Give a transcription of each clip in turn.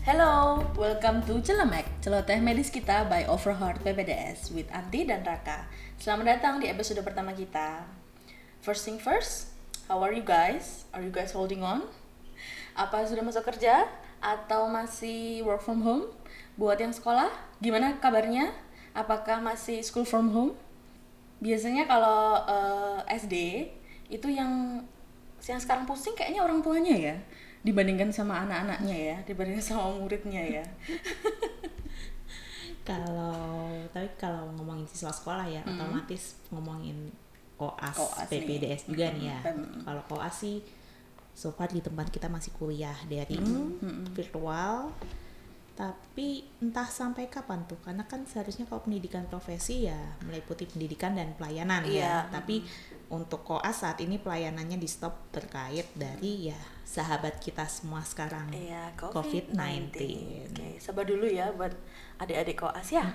Hello, welcome to Celemek, celoteh medis kita by Overheart PPDS with Anti dan Raka. Selamat datang di episode pertama kita. First thing first, how are you guys? Are you guys holding on? Apa sudah masuk kerja? Atau masih work from home? Buat yang sekolah, gimana kabarnya? Apakah masih school from home? Biasanya kalau SD, itu yang sekarang pusing kayaknya orang tuanya ya, dibandingkan sama anak-anaknya ya, dibandingkan sama muridnya ya. Kalau ngomongin siswa sekolah ya, otomatis ngomongin koas PPDS nih. juga nih ya. Kalau koas sih so far di tempat kita masih kuliah dari virtual, tapi entah sampai kapan tuh, karena kan seharusnya kalau pendidikan profesi ya meliputi pendidikan dan pelayanan ya. Tapi untuk koas saat ini pelayanannya di stop terkait dari ya sahabat kita semua sekarang, COVID-19. Oke, sabar dulu ya buat adik-adik koas ya.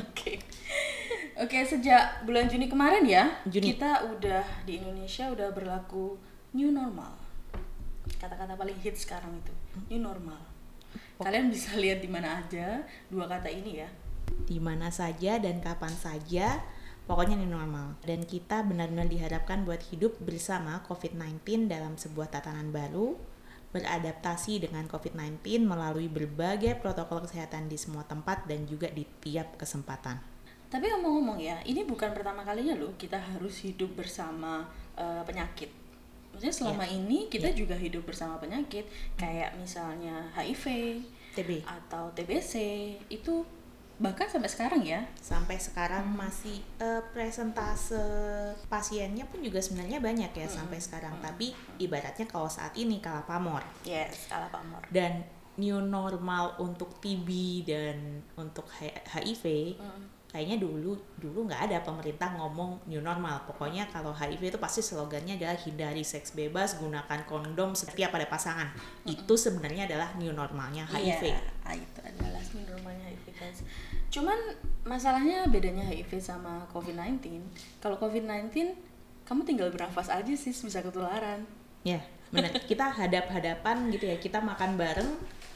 Oke, sejak bulan Juni kemarin ya, kita udah di Indonesia udah berlaku new normal. Kata-kata paling hit sekarang itu new normal. Kalian bisa lihat di mana aja dua kata ini ya. Di mana saja dan kapan saja, pokoknya new normal. Dan kita benar-benar diharapkan buat hidup bersama COVID-19 dalam sebuah tatanan baru, beradaptasi dengan COVID-19 melalui berbagai protokol kesehatan di semua tempat dan juga di tiap kesempatan. Tapi ngomong-ngomong ya, ini bukan pertama kalinya loh kita harus hidup bersama penyakit. Maksudnya selama ini kita juga hidup bersama penyakit, kayak misalnya HIV, TB atau TBC, itu bahkan sampai sekarang ya. Sampai sekarang masih presentase pasiennya pun juga sebenarnya banyak ya sampai sekarang. Tapi ibaratnya kalau saat ini kalah pamor. Yes, kalah pamor. Dan new normal untuk TB dan untuk HIV, kayaknya dulu nggak ada pemerintah ngomong new normal. Pokoknya kalau HIV itu pasti slogannya adalah hindari seks bebas, gunakan kondom setiap ada pasangan. Itu sebenarnya adalah new normalnya HIV. Iya, itu adalah new normalnya HIV guys. Cuman masalahnya bedanya HIV sama COVID-19. Kalau COVID-19 kamu tinggal bernafas aja sih bisa ketularan. Ya, benar. Kita hadap-hadapan gitu ya. Kita makan bareng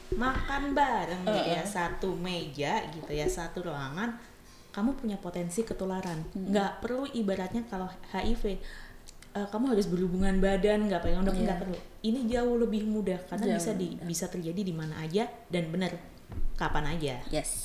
gitu ya, satu meja gitu ya, satu ruangan. Kamu punya potensi ketularan. Nggak perlu ibaratnya kalau HIV kamu harus berhubungan badan, nggak pengen nggak perlu. Ini jauh lebih mudah karena bisa terjadi di mana aja dan benar kapan aja. Yes.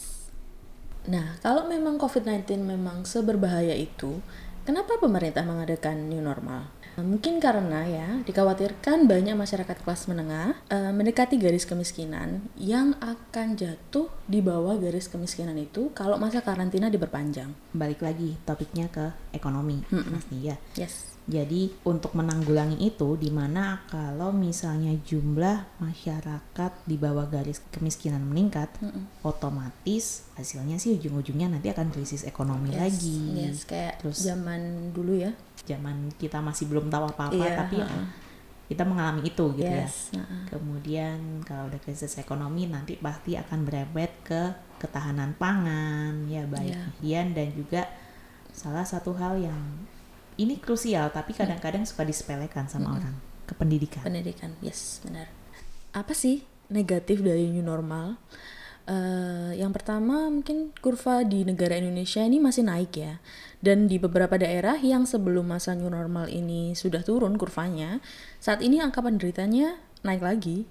Nah, kalau memang COVID-19 memang seberbahaya itu, kenapa pemerintah mengadakan new normal? Mungkin karena ya dikhawatirkan banyak masyarakat kelas menengah mendekati garis kemiskinan yang akan jatuh di bawah garis kemiskinan itu kalau masa karantina diperpanjang. Balik lagi topiknya ke ekonomi, Mas Nia. Yes. Jadi untuk menanggulangi itu, dimana kalau misalnya jumlah masyarakat di bawah garis kemiskinan meningkat, otomatis hasilnya sih ujung-ujungnya nanti akan krisis ekonomi lagi. Yes, kayak terus zaman dulu ya. Zaman kita masih belum tahu apa-apa, tapi kita mengalami itu gitu ya. Kemudian kalau udah krisis ekonomi nanti pasti akan berebet ke ketahanan pangan, ya baik higien dan juga salah satu hal yang ini krusial tapi kadang-kadang suka disepelekan sama orang, ke pendidikan. Pendidikan, yes, benar. Apa sih negatif dari new normal? Yang pertama mungkin kurva di negara Indonesia ini masih naik ya. Dan di beberapa daerah yang sebelum masa new normal ini sudah turun kurvanya, saat ini angka penderitanya naik lagi.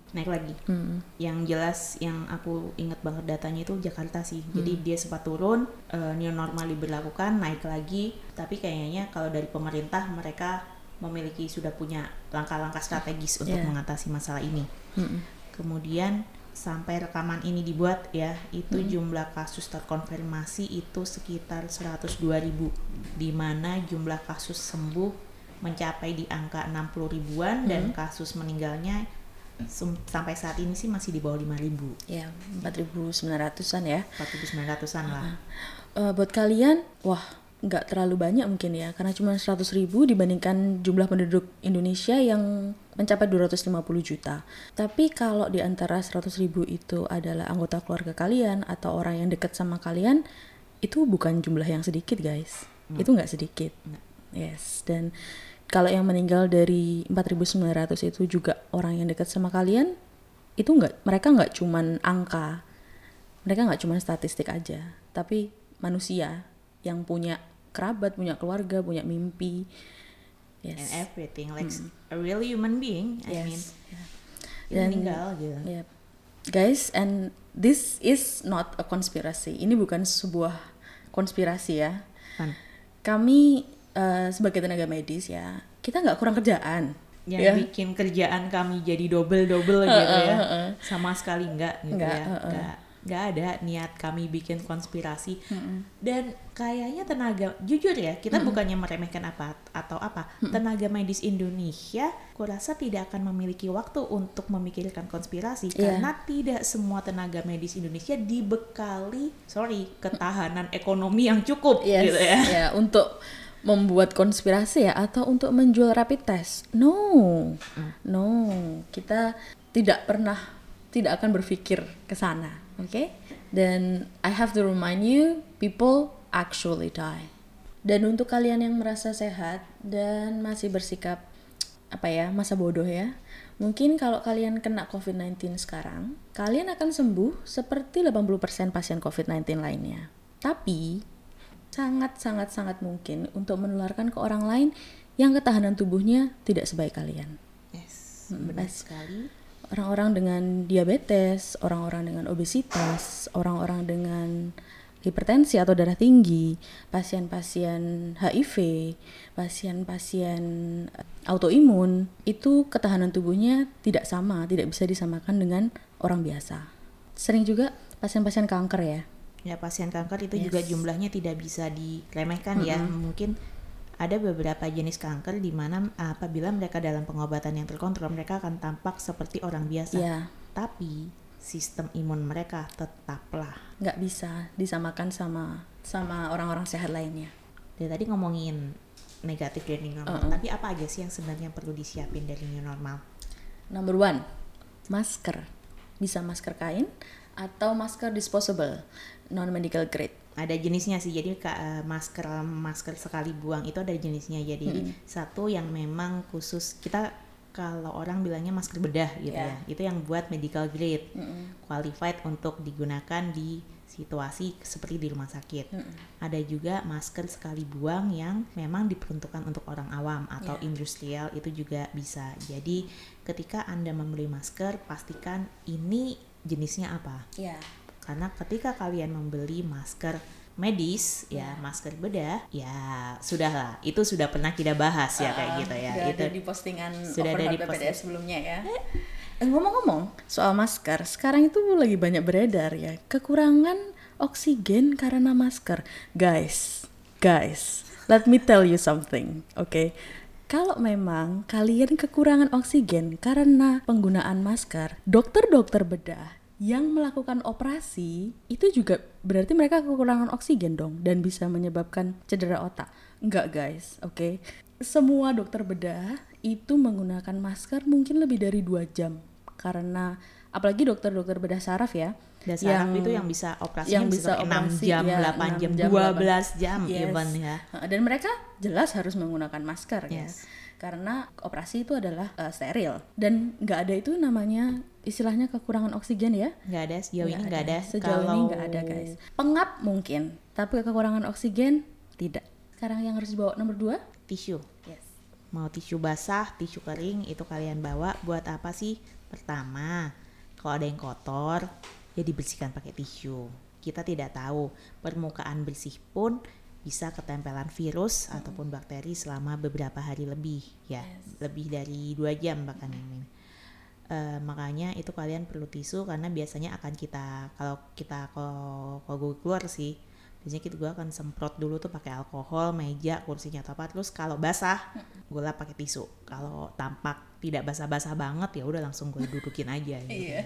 Yang jelas yang aku ingat banget datanya itu Jakarta sih. Jadi dia sempat turun, new normal diberlakukan, naik lagi. Tapi kayaknya kalau dari pemerintah mereka memiliki sudah punya langkah-langkah strategis untuk mengatasi masalah ini. Kemudian sampai rekaman ini dibuat ya, itu jumlah kasus terkonfirmasi itu sekitar 102.000, di mana jumlah kasus sembuh mencapai di angka 60 ribuan dan kasus meninggalnya sampai saat ini sih masih di bawah 5.000. Ya, 4.900-an ya. 4.900-an lah. Buat kalian, wah nggak terlalu banyak mungkin ya, karena cuma 100.000 dibandingkan jumlah penduduk Indonesia yang mencapai 250 juta. Tapi kalau di antara 100.000 itu adalah anggota keluarga kalian atau orang yang dekat sama kalian, itu bukan jumlah yang sedikit guys. Itu nggak sedikit. Yes, dan kalau yang meninggal dari 4.900 itu juga orang yang dekat sama kalian, itu mereka nggak cuman angka, mereka nggak cuman statistik aja, tapi manusia yang punya kerabat, punya keluarga, punya mimpi. And everything, like a real human being. I mean, Dan meninggal gitu. Guys, and this is not a conspiracy. Ini bukan sebuah konspirasi ya. Kami sebagai tenaga medis ya, kita nggak kurang kerjaan. Yang bikin kerjaan kami jadi double gitu ya. Sama sekali enggak gitu Enggak ada niat kami bikin konspirasi. Dan kayaknya jujur ya, kita bukannya meremehkan apa, tenaga medis Indonesia kurasa tidak akan memiliki waktu untuk memikirkan konspirasi karena tidak semua tenaga medis Indonesia dibekali ketahanan ekonomi yang cukup gitu ya. Untuk membuat konspirasi ya, atau untuk menjual rapid test. No, kita tidak akan berpikir ke sana. Okay? Dan I have to remind you, people actually die. Dan untuk kalian yang merasa sehat dan masih bersikap masa bodoh ya, mungkin kalau kalian kena COVID-19 sekarang, kalian akan sembuh seperti 80% pasien COVID-19 lainnya. Tapi sangat mungkin untuk menularkan ke orang lain yang ketahanan tubuhnya tidak sebaik kalian. Yes, benar sekali. Orang-orang dengan diabetes, orang-orang dengan obesitas, orang-orang dengan hipertensi atau darah tinggi, pasien-pasien HIV, pasien-pasien autoimun, itu ketahanan tubuhnya tidak bisa disamakan dengan orang biasa. Sering juga pasien-pasien kanker ya. Ya, pasien kanker itu juga jumlahnya tidak bisa diremehkan ya. Mungkin ada beberapa jenis kanker di mana apabila mereka dalam pengobatan yang terkontrol, mereka akan tampak seperti orang biasa. Tapi sistem imun mereka tetaplah nggak bisa disamakan sama orang-orang sehat lainnya. Dari tadi ngomongin negatif dari new normal, tapi apa aja sih yang sebenarnya perlu disiapin dari new normal? Number 1, masker. Bisa masker kain atau masker disposable, non-medical grade. Ada jenisnya sih, jadi masker sekali buang itu ada jenisnya. Jadi satu yang memang khusus, kita kalau orang bilangnya masker bedah gitu ya, itu yang buat medical grade, qualified untuk digunakan di situasi seperti di rumah sakit. Ada juga masker sekali buang yang memang diperuntukkan untuk orang awam atau industrial, itu juga bisa. Jadi ketika Anda membeli masker, pastikan ini jenisnya apa. Karena ketika kalian membeli masker medis masker bedah, ya sudahlah, itu sudah pernah kita bahas ya kayak gitu ya. Itu ada di postingan sudah ada di PPDS sebelumnya ya. Ngomong-ngomong soal masker, sekarang itu lagi banyak beredar ya, kekurangan oksigen karena masker. Guys, let me tell you something, okay? Kalau memang kalian kekurangan oksigen karena penggunaan masker, dokter-dokter bedah yang melakukan operasi itu juga berarti mereka kekurangan oksigen dong, dan bisa menyebabkan cedera otak. Enggak guys, oke? Semua dokter bedah itu menggunakan masker mungkin lebih dari 2 jam. Karena apalagi dokter-dokter bedah saraf ya. Saraf itu yang bisa operasinya bisa 6 jam, 8 jam, 12 jam even ya. Dan mereka jelas harus menggunakan masker ya. Karena operasi itu adalah steril, dan nggak ada itu namanya istilahnya kekurangan oksigen ya. Nggak ada, sejauh ini nggak ada. Ini nggak ada guys. Pengap mungkin, tapi kekurangan oksigen tidak. Sekarang yang harus dibawa nomor 2, tisu. Mau tisu basah, tisu kering, itu kalian bawa buat apa sih? Pertama, kalau ada yang kotor ya dibersihkan pakai tisu. Kita tidak tahu, permukaan bersih pun bisa ketempelan virus ataupun bakteri selama beberapa hari lebih ya, lebih dari 2 jam bahkan ini. Makanya itu kalian perlu tisu, karena biasanya akan kalau gue keluar sih, biasanya gue akan semprot dulu tuh pakai alkohol meja, kursinya atau apa, terus kalau basah gue lap pakai tisu. Kalau tampak tidak basah-basah banget ya udah langsung gue dudukin aja gitu.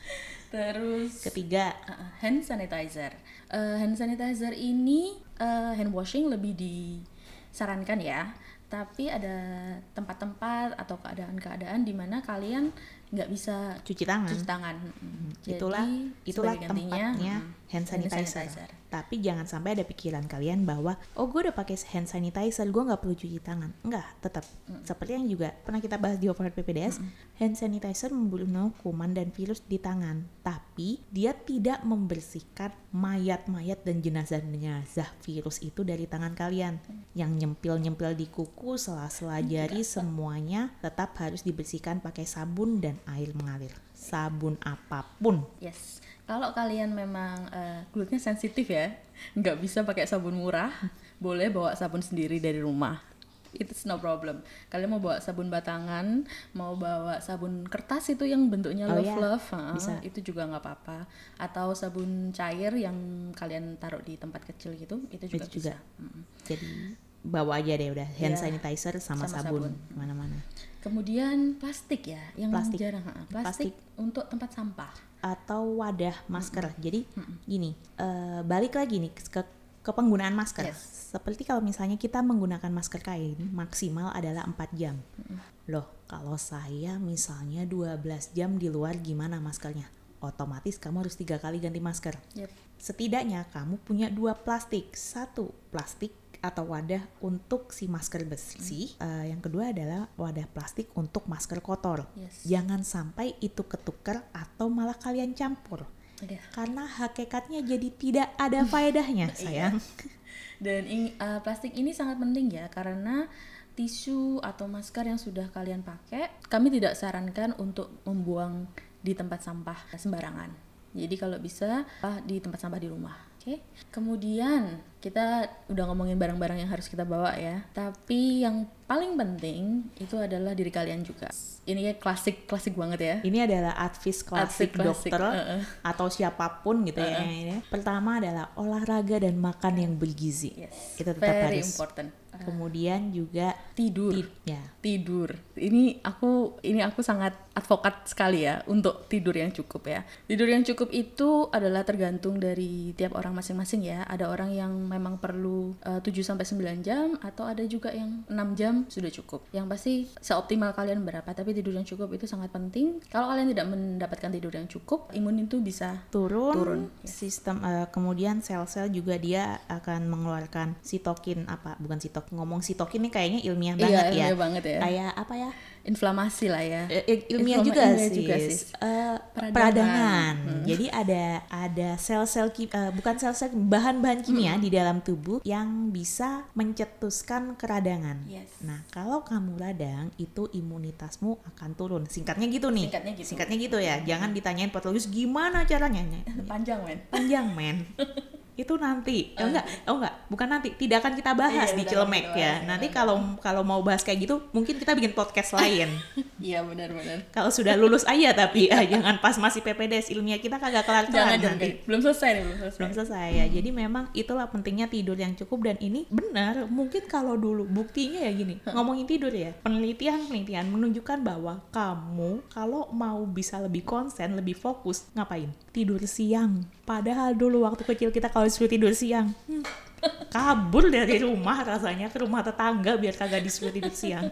Terus ketiga, hand sanitizer. Hand sanitizer ini hand washing lebih disarankan ya, tapi ada tempat-tempat atau keadaan-keadaan di mana kalian nggak bisa cuci tangan. Jadi, itulah sebagai gantinya, tempatnya hand sanitizer. Tapi jangan sampai ada pikiran kalian bahwa gue udah pakai hand sanitizer, gue nggak perlu cuci tangan. Enggak, tetap seperti yang juga pernah kita bahas di Overhead PPDS, hand sanitizer membunuh kuman dan virus di tangan, tapi dia tidak membersihkan mayat-mayat dan jenazah-jenazah virus itu dari tangan kalian. Yang nyempil-nyempil di kuku, sela-sela jari, semuanya tetap harus dibersihkan pakai sabun dan air mengalir. Sabun apapun. Yes. Kalau kalian memang kulitnya sensitif ya, nggak bisa pakai sabun murah, boleh bawa sabun sendiri dari rumah. It's no problem. Kalian mau bawa sabun batangan, mau bawa sabun kertas itu yang bentuknya love, bisa. itu juga nggak apa-apa. Atau sabun cair yang kalian taruh di tempat kecil gitu, itu juga bisa. Jadi bawa aja deh udah hand sanitizer sama sabun mana-mana. Kemudian plastik ya, yang jarang. Plastik untuk tempat sampah atau wadah masker. Jadi gini, balik lagi nih ke penggunaan masker. Seperti kalau misalnya kita menggunakan masker kain, maksimal adalah 4 jam. Loh, kalau saya misalnya 12 jam di luar, gimana maskernya? Otomatis kamu harus 3 kali ganti masker. Setidaknya kamu punya 2 plastik. 1 plastik atau wadah untuk si masker bersih, yang kedua adalah wadah plastik untuk masker kotor. Jangan sampai itu ketukar atau malah kalian campur. Karena hakikatnya jadi tidak ada faedahnya, sayang. Dan plastik ini sangat penting ya, karena tisu atau masker yang sudah kalian pakai, kami tidak sarankan untuk membuang di tempat sampah sembarangan. Jadi kalau bisa di tempat sampah di rumah. Kemudian kita udah ngomongin barang-barang yang harus kita bawa ya, tapi yang paling penting itu adalah diri kalian juga. Ini kayak klasik banget ya. Ini adalah advice klasik dokter atau siapapun gitu ya. Pertama adalah olahraga dan makan yang bergizi. Itu tetap very harus important. Kemudian juga tidur. Ini aku sangat advokat sekali ya untuk tidur yang cukup ya. Tidur yang cukup itu adalah tergantung dari tiap orang masing-masing ya. Ada orang yang memang perlu 7-9 jam, atau ada juga yang 6 jam sudah cukup. Yang pasti seoptimal kalian berapa, tapi tidur yang cukup itu sangat penting. Kalau kalian tidak mendapatkan tidur yang cukup, imun itu bisa turun. Sistem kemudian sel-sel juga dia akan mengeluarkan sitokin, ngomong sitokin ini kayaknya ilmiah banget ya. Ilmiah banget ya. Kayak apa ya? Inflamasi lah ya. Ilmiah juga sih. Peradangan. Jadi ada sel-sel bukan sel-sel, bahan-bahan kimia di dalam tubuh yang bisa mencetuskan keradangan. Nah, kalau kamu radang, itu imunitasmu akan turun. Singkatnya gitu nih. Singkatnya gitu ya. Jangan ditanyain patologis gimana caranya. Panjang men. Itu nanti bukan nanti, tidak akan kita bahas di Cilemek ya. Nanti kalau mau bahas kayak gitu mungkin kita bikin podcast lain. Iya benar. Kalau sudah lulus aja tapi jangan pas masih PPDS, ilmiah kita kagak kelar-kelar nanti. Belum selesai. Ya. Jadi memang itulah pentingnya tidur yang cukup, dan ini benar. Mungkin kalau dulu buktinya ya gini, ngomongin tidur ya. Penelitian menunjukkan bahwa kamu kalau mau bisa lebih konsen, lebih fokus, ngapain? Tidur siang. Padahal dulu waktu kecil kita kalau disuruh tidur siang, kabur dari rumah rasanya ke rumah tetangga biar kagak disuruh tidur siang.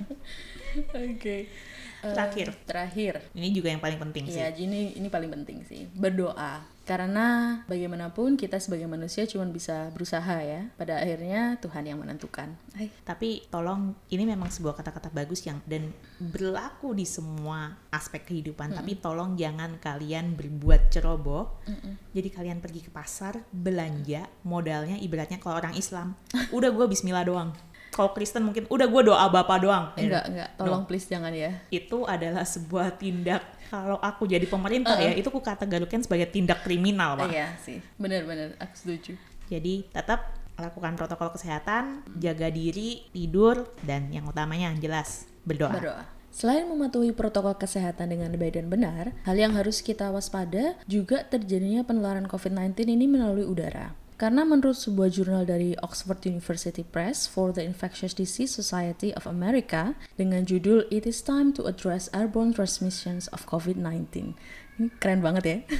Terakhir. Ini juga yang paling penting sih. Iya, ini paling penting sih. Berdoa. Karena bagaimanapun kita sebagai manusia cuma bisa berusaha ya. Pada akhirnya Tuhan yang menentukan. Tapi tolong, ini memang sebuah kata-kata bagus dan berlaku di semua aspek kehidupan. Tapi tolong jangan kalian berbuat ceroboh. Jadi kalian pergi ke pasar, belanja, modalnya ibaratnya kalau orang Islam, udah gue bismillah doang. Kalau Kristen mungkin udah gue doa Bapa doang. Enggak, tolong please jangan ya. Itu adalah sebuah tindak, kalau aku jadi pemerintah ya, itu aku kategorikan sebagai tindak kriminal, Pak. Iya sih, benar, aku setuju. Jadi tetap lakukan protokol kesehatan, jaga diri, tidur, dan yang utamanya jelas berdoa. Selain mematuhi protokol kesehatan dengan baik dan benar, hal yang harus kita waspada juga terjadinya penularan COVID-19 ini melalui udara. Karena menurut sebuah jurnal dari Oxford University Press for the Infectious Disease Society of America dengan judul It is Time to Address Airborne Transmissions of COVID-19. Ini keren banget ya.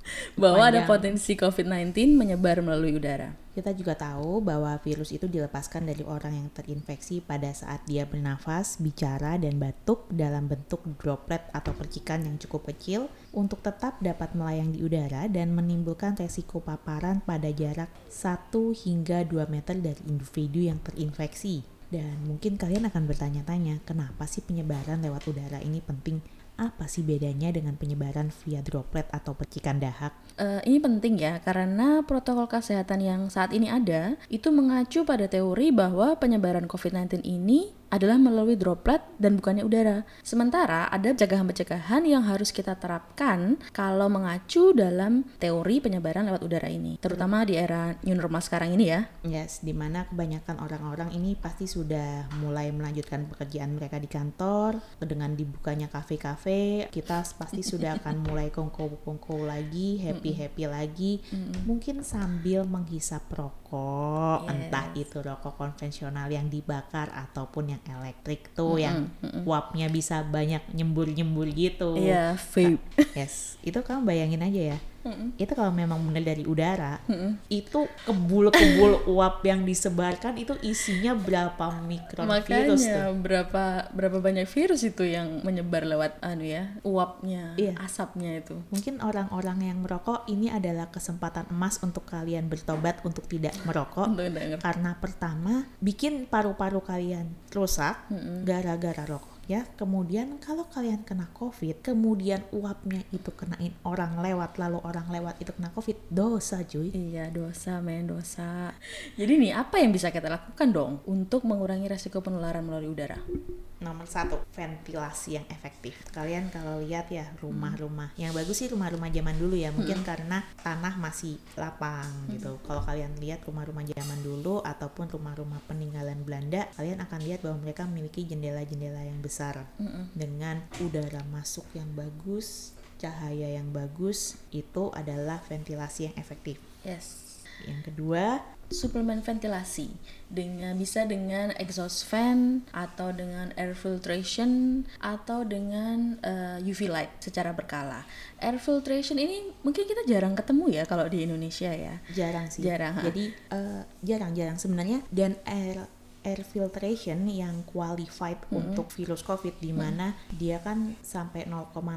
bahwa ada Panjang. potensi COVID-19 menyebar melalui udara. Kita juga tahu bahwa virus itu dilepaskan dari orang yang terinfeksi pada saat dia bernafas, bicara, dan batuk dalam bentuk droplet atau percikan yang cukup kecil untuk tetap dapat melayang di udara dan menimbulkan resiko paparan pada jarak 1 hingga 2 meter dari individu yang terinfeksi. Dan mungkin kalian akan bertanya-tanya, kenapa sih penyebaran lewat udara ini penting? Apa sih bedanya dengan penyebaran via droplet atau percikan dahak? Ini penting ya, karena protokol kesehatan yang saat ini ada itu mengacu pada teori bahwa penyebaran COVID-19 ini adalah melalui droplet dan bukannya udara. Sementara ada pencegahan-pencegahan yang harus kita terapkan kalau mengacu dalam teori penyebaran lewat udara ini, terutama di era new normal sekarang ini ya. Yes, dimana kebanyakan orang-orang ini pasti sudah mulai melanjutkan pekerjaan mereka di kantor. Dengan dibukanya kafe-kafe, kita pasti sudah akan mulai kongko-kongko lagi, happy-happy lagi. Mungkin sambil menghisap rokok, entah itu rokok konvensional yang dibakar ataupun yang elektrik tuh, yang uapnya bisa banyak nyembur-nyembur gitu. Iya, vape. Yes, itu kamu bayangin aja ya. Itu kalau memang benar dari udara, itu kebul-kebul uap yang disebarkan itu isinya berapa mikron virus tuh. Makanya berapa banyak virus itu yang menyebar lewat uapnya, Iya. asapnya itu. Mungkin orang-orang yang merokok ini adalah kesempatan emas untuk kalian bertobat untuk tidak merokok. Karena pertama, bikin paru-paru kalian rusak gara-gara rokok. Ya, kemudian kalau kalian kena COVID, kemudian uapnya itu kenain orang lewat, lalu orang lewat itu kena COVID, dosa cuy. Iya, dosa. Jadi nih, apa yang bisa kita lakukan dong untuk mengurangi resiko penularan melalui udara? Nomor 1, ventilasi yang efektif. Kalian kalau lihat ya rumah-rumah, yang bagus sih rumah-rumah zaman dulu ya, mungkin karena tanah masih lapang gitu. Kalau kalian lihat rumah-rumah zaman dulu ataupun rumah-rumah peninggalan Belanda, kalian akan lihat bahwa mereka memiliki jendela-jendela yang besar dengan udara masuk yang bagus, cahaya yang bagus. Itu adalah ventilasi yang efektif. Yes. Yang kedua, suplemen ventilasi bisa dengan exhaust fan atau dengan air filtration atau dengan UV light secara berkala. Air filtration ini mungkin kita jarang ketemu ya kalau di Indonesia ya. Jarang sih. Jarang. Jadi jarang sebenarnya. Dan air filtration yang qualified untuk virus COVID, di mana dia kan sampai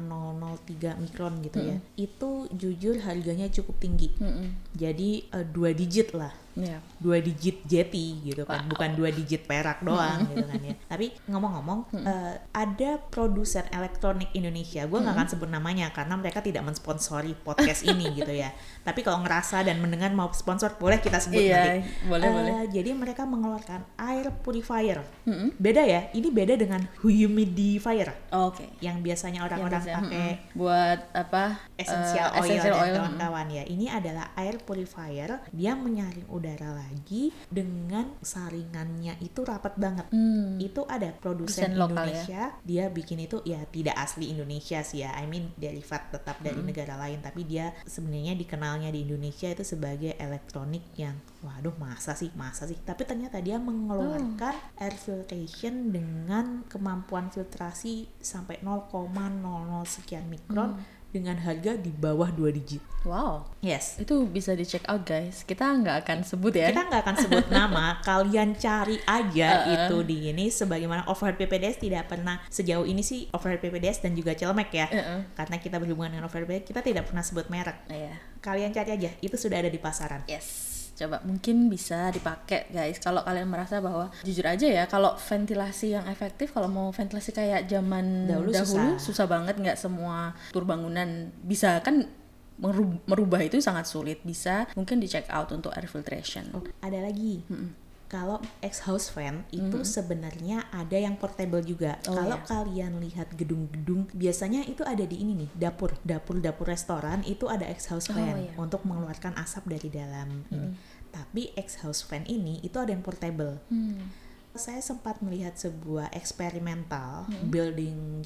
0,003 mikron gitu ya. Itu jujur harganya cukup tinggi. Jadi 2 digit lah. 2 digit jeti gitu kan, bukan 2 digit perak doang gitu kan ya. Tapi ngomong-ngomong, ada produsen elektronik Indonesia, gue nggak akan sebut namanya karena mereka tidak mensponsori podcast ini gitu ya. Tapi kalau ngerasa dan mendengar mau sponsor, boleh kita sebut nanti. Boleh. Jadi mereka mengeluarkan air purifier. Beda ya, ini beda dengan humidifier. Oke. Yang biasanya orang-orang pakai buat apa? Essential oil dan kawan-kawan ya. Ini adalah air purifier, dia menyaring udara lagi dengan saringannya itu rapat banget. Itu ada produsen Indonesia, ya? Dia bikin itu ya tidak asli Indonesia sih ya. I mean derivat tetap dari negara lain, tapi dia sebenarnya dikenalnya di Indonesia itu sebagai elektronik yang waduh masa sih. Tapi ternyata dia mengeluarkan air filtration dengan kemampuan filtrasi sampai 0,00 sekian mikron. Dengan harga di bawah 2 digit. Wow. Yes. Itu bisa di check out guys. Kita nggak akan sebut ya. Kita nggak akan sebut nama. Kalian cari aja itu di ini. Sebagaimana overhead PPDS tidak pernah sejauh ini sih, overhead PPDS dan juga Celemek ya. Karena kita berhubungan dengan overhead PPDS, kita tidak pernah sebut merek. Kalian cari aja. Itu sudah ada di pasaran. Yes. Coba mungkin bisa dipakai guys kalau kalian merasa bahwa jujur aja ya, kalau ventilasi yang efektif, kalau mau ventilasi kayak zaman dahulu susah banget, nggak semua struktur bangunan bisa kan merubah itu sangat sulit. Bisa mungkin di check out untuk air filtration. Ada lagi. Kalau exhaust fan itu sebenarnya ada yang portable juga. Kalau kalian lihat gedung-gedung, biasanya itu ada di ini nih, dapur restoran itu ada exhaust fan untuk mengeluarkan asap dari dalam ini. Tapi exhaust fan ini itu ada yang portable. Saya sempat melihat sebuah eksperimental building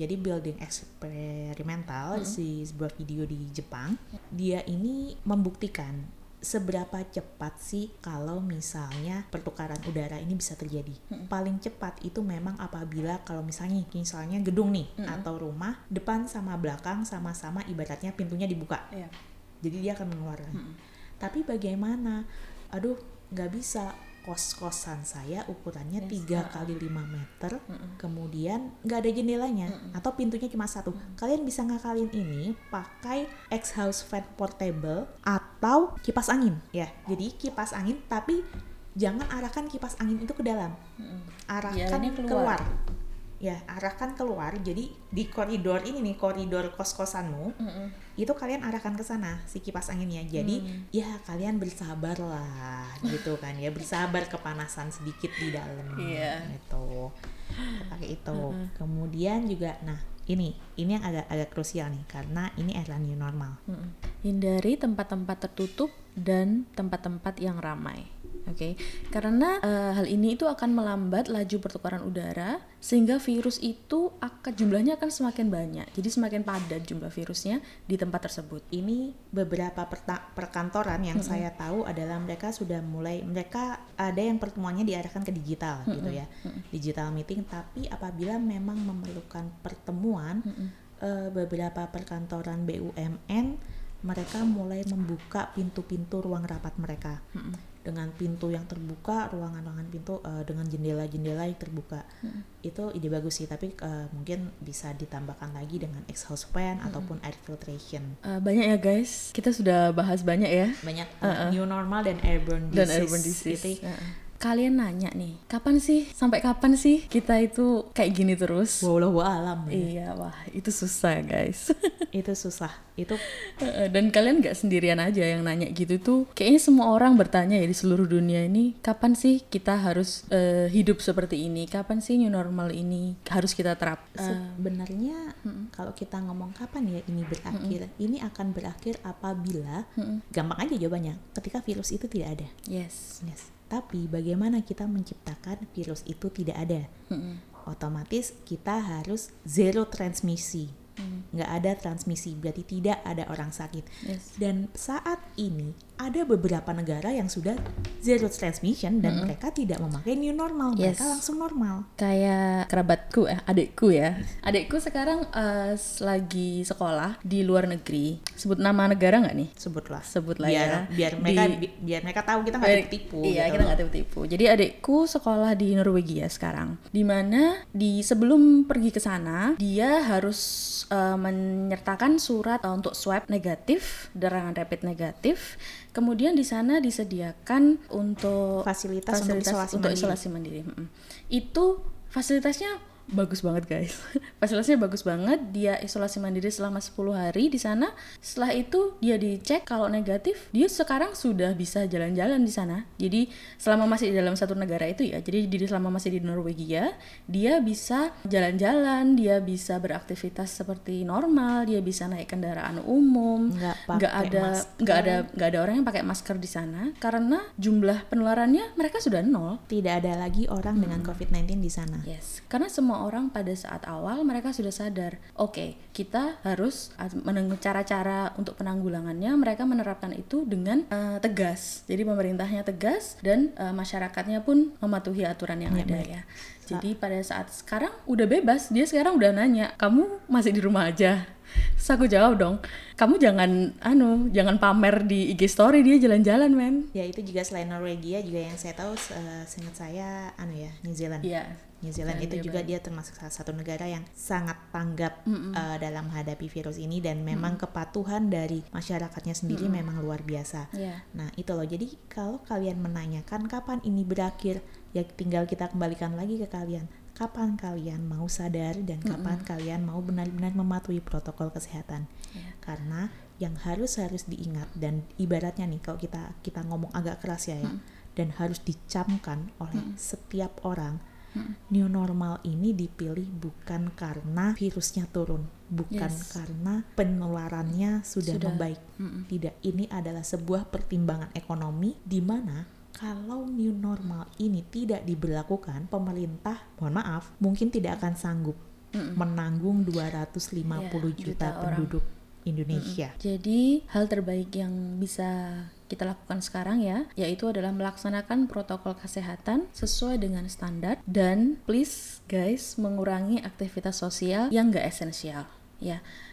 eksperimental di sebuah video di Jepang. Dia ini membuktikan seberapa cepat sih kalau misalnya pertukaran udara ini bisa terjadi. Paling cepat itu memang apabila kalau misalnya gedung nih atau rumah, depan sama belakang sama-sama ibaratnya pintunya dibuka. jadi dia akan mengeluarkan. Tapi bagaimana? Aduh, nggak bisa, kos-kosan saya ukurannya 3 kali 5 meter, kemudian nggak ada jendelanya, atau pintunya cuma satu. Kalian bisa ngakalin ini pakai X-House fan portable atau kipas angin ya. Jadi kipas angin, tapi jangan arahkan kipas angin itu ke dalam, arahkan keluar. Ya, arahkan keluar. Jadi di koridor ini nih, koridor kos-kosanmu, itu kalian arahkan ke sana si kipas anginnya. Jadi ya kalian bersabar lah gitu kan ya, bersabar kepanasan sedikit di dalam gitu. Pakai itu. Kemudian juga, nah ini yang agak krusial nih, karena ini era new normal. Hindari tempat-tempat tertutup dan tempat-tempat yang ramai. Oke, karena hal ini itu akan melambat laju pertukaran udara sehingga virus itu jumlahnya akan semakin banyak. Jadi semakin padat jumlah virusnya di tempat tersebut. Ini beberapa perkantoran yang saya tahu adalah mereka ada yang pertemuannya diarahkan ke digital gitu ya, digital meeting. Tapi apabila memang memerlukan pertemuan, beberapa perkantoran BUMN mereka mulai membuka pintu-pintu ruang rapat mereka. Dengan pintu yang terbuka, ruangan-ruangan pintu dengan jendela-jendela yang terbuka. Itu ide bagus sih, tapi mungkin bisa ditambahkan lagi dengan exhaust fan ataupun air filtration. Banyak ya guys, kita sudah bahas banyak ya. Banyak new normal dan airborne disease. Kalian nanya nih, sampai kapan sih kita itu kayak gini terus? Wallahu alam. Iya, wah itu susah guys. Itu susah. Itu dan kalian nggak sendirian aja yang nanya gitu tuh. Kayaknya semua orang bertanya ya di seluruh dunia ini, kapan sih kita harus hidup seperti ini? Kapan sih new normal ini harus kita terap? Sebenarnya kalau kita ngomong kapan ya ini berakhir, ini akan berakhir apabila gampang aja jawabannya, ketika virus itu tidak ada. Yes. Tapi bagaimana kita menciptakan virus itu tidak ada? Otomatis kita harus zero transmisi. Nggak ada transmisi, berarti tidak ada orang sakit. Dan saat ini ada beberapa negara yang sudah zero transmission dan mereka tidak memakai new normal, mereka langsung normal. Kayak kerabatku, adikku sekarang lagi sekolah di luar negeri. Sebut nama negara nggak nih? Sebutlah ya. Biar mereka tahu kita nggak tipu. Iya, gitu. kita nggak tipu. Jadi adikku sekolah di Norwegia sekarang, dimana sebelum pergi ke sana dia harus menyertakan surat untuk swab negatif, dengan rapid negatif. Kemudian di sana disediakan untuk fasilitas untuk isolasi mandiri. Itu fasilitasnya bagus banget guys. Fasilitasnya bagus banget. Dia isolasi mandiri selama 10 hari di sana. Setelah itu dia dicek, kalau negatif, dia sekarang sudah bisa jalan-jalan di sana. Jadi selama masih di dalam satu negara itu ya. Jadi selama masih di Norwegia, dia bisa jalan-jalan, dia bisa beraktivitas seperti normal, dia bisa naik kendaraan umum. Nggak ada orang yang pakai masker di sana karena jumlah penularannya mereka sudah 0. Tidak ada lagi orang dengan COVID-19 di sana. Yes, karena semua orang pada saat awal mereka sudah sadar, oke, kita harus cara-cara untuk penanggulangannya. Mereka menerapkan itu dengan tegas. Jadi pemerintahnya tegas dan masyarakatnya pun mematuhi aturan yang ada ya. Jadi pada saat sekarang udah bebas, dia sekarang udah nanya, kamu masih di rumah aja? Terus aku jawab dong, kamu jangan pamer di IG story dia jalan-jalan men. Ya itu juga selain Norwegia juga yang saya tahu, seingat saya New Zealand. Iya. New Zealand itu juga dia termasuk salah satu negara yang sangat tanggap dalam menghadapi virus ini, dan memang kepatuhan dari masyarakatnya sendiri memang luar biasa. Nah itu loh, jadi kalau kalian menanyakan kapan ini berakhir, ya tinggal kita kembalikan lagi ke kalian. Kapan kalian mau sadar dan kapan kalian mau benar-benar mematuhi protokol kesehatan. Karena yang harus diingat, dan ibaratnya nih kalau kita ngomong agak keras ya, dan harus dicamkan oleh setiap orang, new normal ini dipilih bukan karena virusnya turun, bukan karena penularannya sudah membaik. Tidak, ini adalah sebuah pertimbangan ekonomi, di mana kalau new normal ini tidak diberlakukan, pemerintah, mohon maaf, mungkin tidak akan sanggup menanggung 250 juta penduduk Indonesia. Jadi hal terbaik yang bisa kita lakukan sekarang yaitu adalah melaksanakan protokol kesehatan sesuai dengan standar, dan please guys, mengurangi aktivitas sosial yang gak esensial. Ya,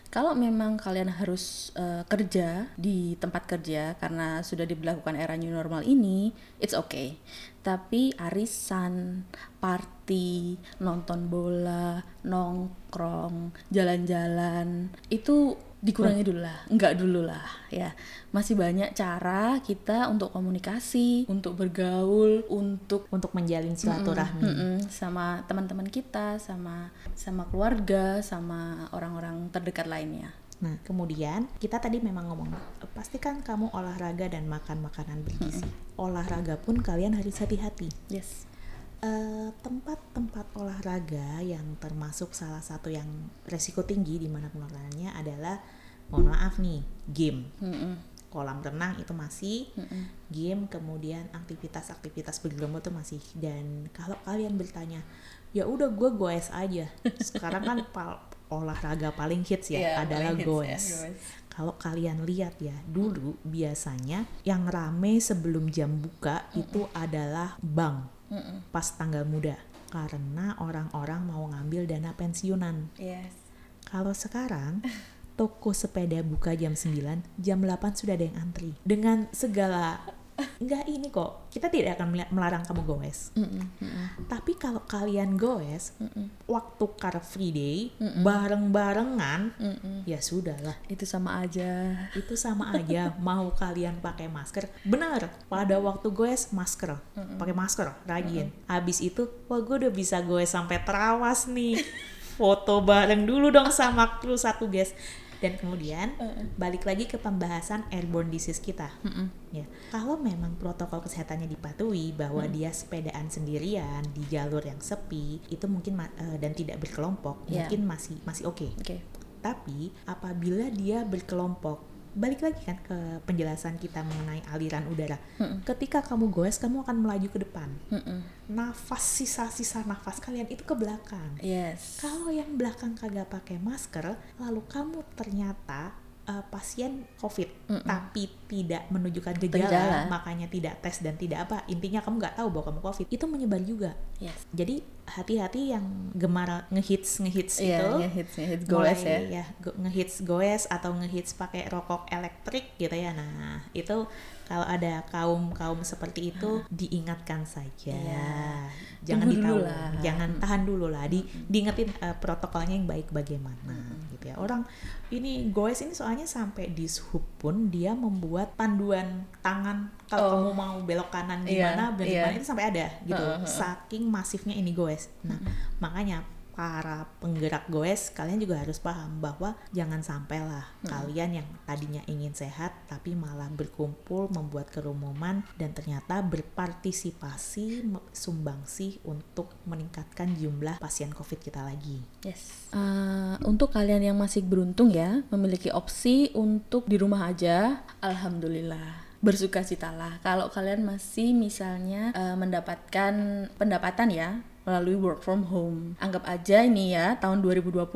Kalau memang kalian harus kerja di tempat kerja karena sudah diberlakukan era new normal ini, it's okay. Tapi arisan, party, nonton bola, nongkrong, jalan-jalan, itu dikurangi dulu lah, enggak dulu lah ya. Masih banyak cara kita untuk komunikasi, untuk bergaul, untuk menjalin silaturahmi sama teman-teman kita, sama keluarga, sama orang-orang terdekat lainnya. Nah, kemudian kita tadi memang ngomong, pastikan kamu olahraga dan makan makanan bergizi. Olahraga pun kalian harus hati-hati. Yes. Tempat-tempat olahraga yang termasuk salah satu yang resiko tinggi di mana penularannya adalah, mohon maaf nih, game. Kolam renang itu masih, game, kemudian aktivitas-aktivitas bergerombol itu masih. Dan kalau kalian bertanya, ya udah gue goes aja. Sekarang kan olahraga paling hits ya, adalah goes. Kalau kalian lihat ya, dulu biasanya yang rame sebelum jam buka itu adalah bank pas tanggal muda, karena orang-orang mau ngambil dana pensiunan. Yes. Kalau sekarang toko sepeda buka jam 9, jam 8 sudah ada yang antri. Dengan segala, enggak ini kok, kita tidak akan melarang kamu goes. Tapi kalau kalian goes, waktu Car Free Day, bareng-barengan, ya sudahlah. Itu sama aja. Mau kalian pakai masker, benar. Pada waktu goes, masker, pakai masker, rajin. Habis itu, wah gue udah bisa goes sampai terawas nih. Foto bareng dulu dong sama kru satu guys. Dan kemudian balik lagi ke pembahasan airborne disease kita. Ya, kalau memang protokol kesehatannya dipatuhi bahwa dia sepedaan sendirian di jalur yang sepi, itu mungkin dan tidak berkelompok, mungkin masih oke. Tapi apabila dia berkelompok, balik lagi kan ke penjelasan kita mengenai aliran udara. Ketika kamu goes, kamu akan melaju ke depan. Sisa-sisa nafas kalian itu ke belakang. Yes. Kalau yang belakang kagak pakai masker, lalu kamu ternyata pasien COVID tapi tidak menunjukkan gejala, makanya tidak tes dan tidak apa, intinya kamu nggak tahu bahwa kamu COVID, itu menyebar juga. Yes. Jadi hati-hati yang gemar ngehits itu, ngehits goes ya, ngehits goes atau ngehits pakai rokok elektrik gitu ya. Nah itu kalau ada kaum seperti itu diingatkan saja, jangan tahan dulu lah, diingetin protokolnya yang baik bagaimana gitu ya. Orang ini goes ini soalnya sampai di Sub pun dia membuat panduan tangan kalau kamu mau belok kanan di mana, mana itu sampai ada gitu. Saking masifnya ini goes. Nah, makanya para penggerak goes, kalian juga harus paham bahwa jangan sampailah kalian yang tadinya ingin sehat tapi malah berkumpul membuat kerumunan dan ternyata berpartisipasi sumbangsi untuk meningkatkan jumlah pasien COVID kita lagi. Yes. Untuk kalian yang masih beruntung ya memiliki opsi untuk di rumah aja, alhamdulillah. Bersukacitalah. Kalau kalian masih misalnya mendapatkan pendapatan ya melalui work from home. Anggap aja ini ya, tahun 2020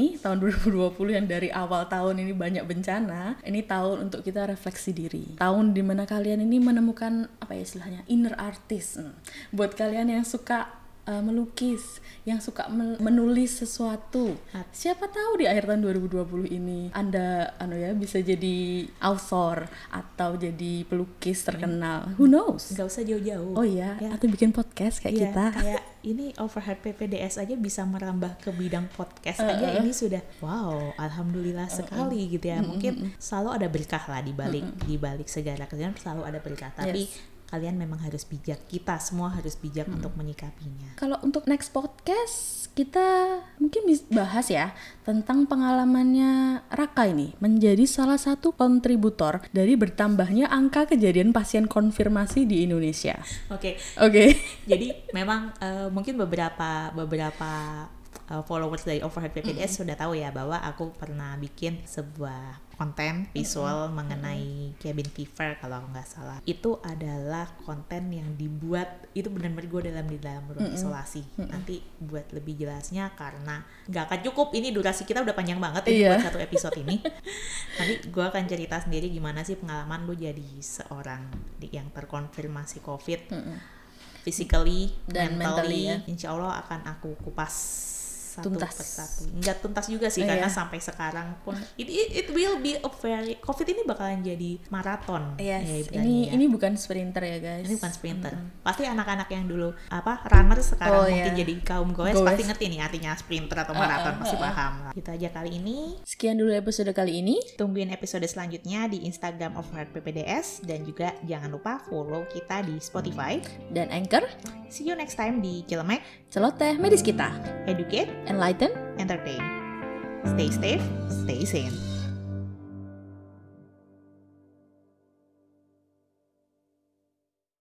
yang dari awal tahun ini banyak bencana, ini tahun untuk kita refleksi diri. Tahun dimana kalian ini menemukan apa ya istilahnya, inner artist. Buat kalian yang suka melukis, yang suka menulis sesuatu, siapa tahu di akhir tahun 2020 ini Anda bisa jadi author atau jadi pelukis terkenal. Who knows? Gak usah jauh-jauh. Oh iya, atau bikin podcast kayak kita. Kayak ini Overhead PPDS aja bisa merambah ke bidang podcast aja, ini sudah wow, alhamdulillah sekali gitu ya. Mungkin selalu ada berkah lah di balik segala kerjaan, selalu ada berkah. Tapi kalian memang harus bijak, kita semua harus bijak untuk menyikapinya. Kalau untuk next podcast kita mungkin bahas ya tentang pengalamannya Raka ini menjadi salah satu kontributor dari bertambahnya angka kejadian pasien konfirmasi di Indonesia. Oke. Jadi memang mungkin beberapa followers dari Overhead PPDS sudah tahu ya bahwa aku pernah bikin sebuah konten visual mengenai cabin fever kalau nggak salah. Itu adalah konten yang dibuat itu benar-benar gue di dalam ruang isolasi. Nanti buat lebih jelasnya karena nggak akan cukup, ini durasi kita udah panjang banget ini buat satu episode ini. Nanti gue akan cerita sendiri gimana sih pengalaman lu jadi seorang yang terkonfirmasi COVID, physically dan mentally ya. Insya Allah akan aku kupas satu tuntas. persatu. Nggak tuntas juga sih, Iya. karena sampai sekarang pun it will be a very, COVID ini bakalan jadi maraton. Yes, Ya, ibaratnya ya. ini bukan sprinter ya guys. Ini bukan sprinter. Pasti anak-anak yang dulu runner sekarang Oh, mungkin iya. jadi kaum goes Goes. pasti ngerti nih artinya sprinter atau maraton, pasti paham. Gitu aja kali ini. Sekian dulu episode kali ini. Tungguin episode selanjutnya di Instagram of Heart PPDS, dan juga jangan lupa follow kita di Spotify. Dan Anchor, See you next time di Celemek, celoteh medis kita. Educate, Enlighten. Entertain. Stay safe, stay sane.